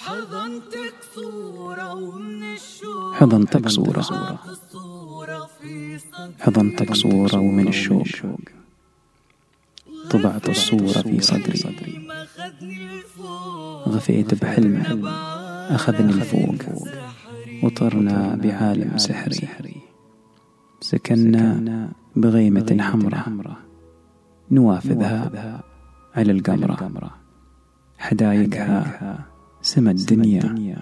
حضنتك صورة حضنتك صورة ومن الشوق طبعت الصورة في صدري. غفيت بحلم أخذني الفوق وطرنا بعالم سحري. سكننا بغيمة حمراء نوافذها على القمرة. حدايقها سما الدنيا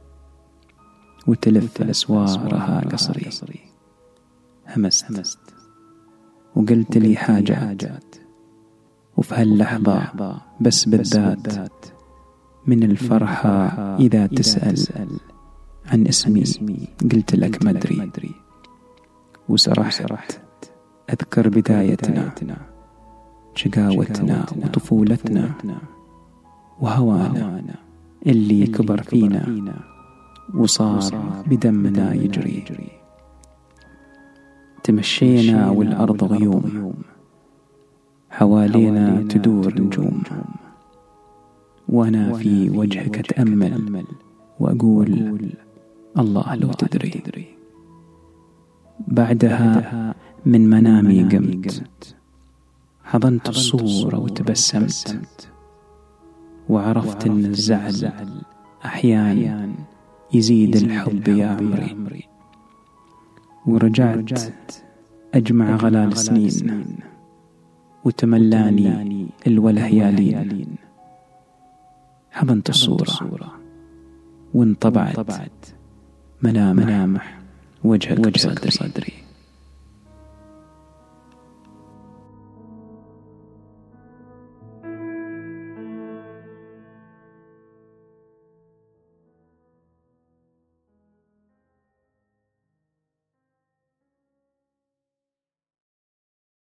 وتلف الأسوارها قصري. همست وقلت لي حاجات وفي هاللحظة بس بالذات من الفرحة إذا تسأل عن اسمي قلت لك مدري. وسرحت أذكر بدايتنا شقاوتنا وطفولتنا وهوانا اللي كبر فينا وصار بدمنا يجري. تمشينا والأرض غيوم حوالينا تدور نجوم وأنا في وجهك أتأمل وأقول الله لو تدري. بعدها من منامي قمت حضنت الصورة وتبسمت وعرفت أن الزعل أحيان يزيد الحب يا عمري. ورجعت أجمع غلال سنين وتملاني الوله يالين. حضنت الصورة وانطبعت ملامح وجهك بصدري.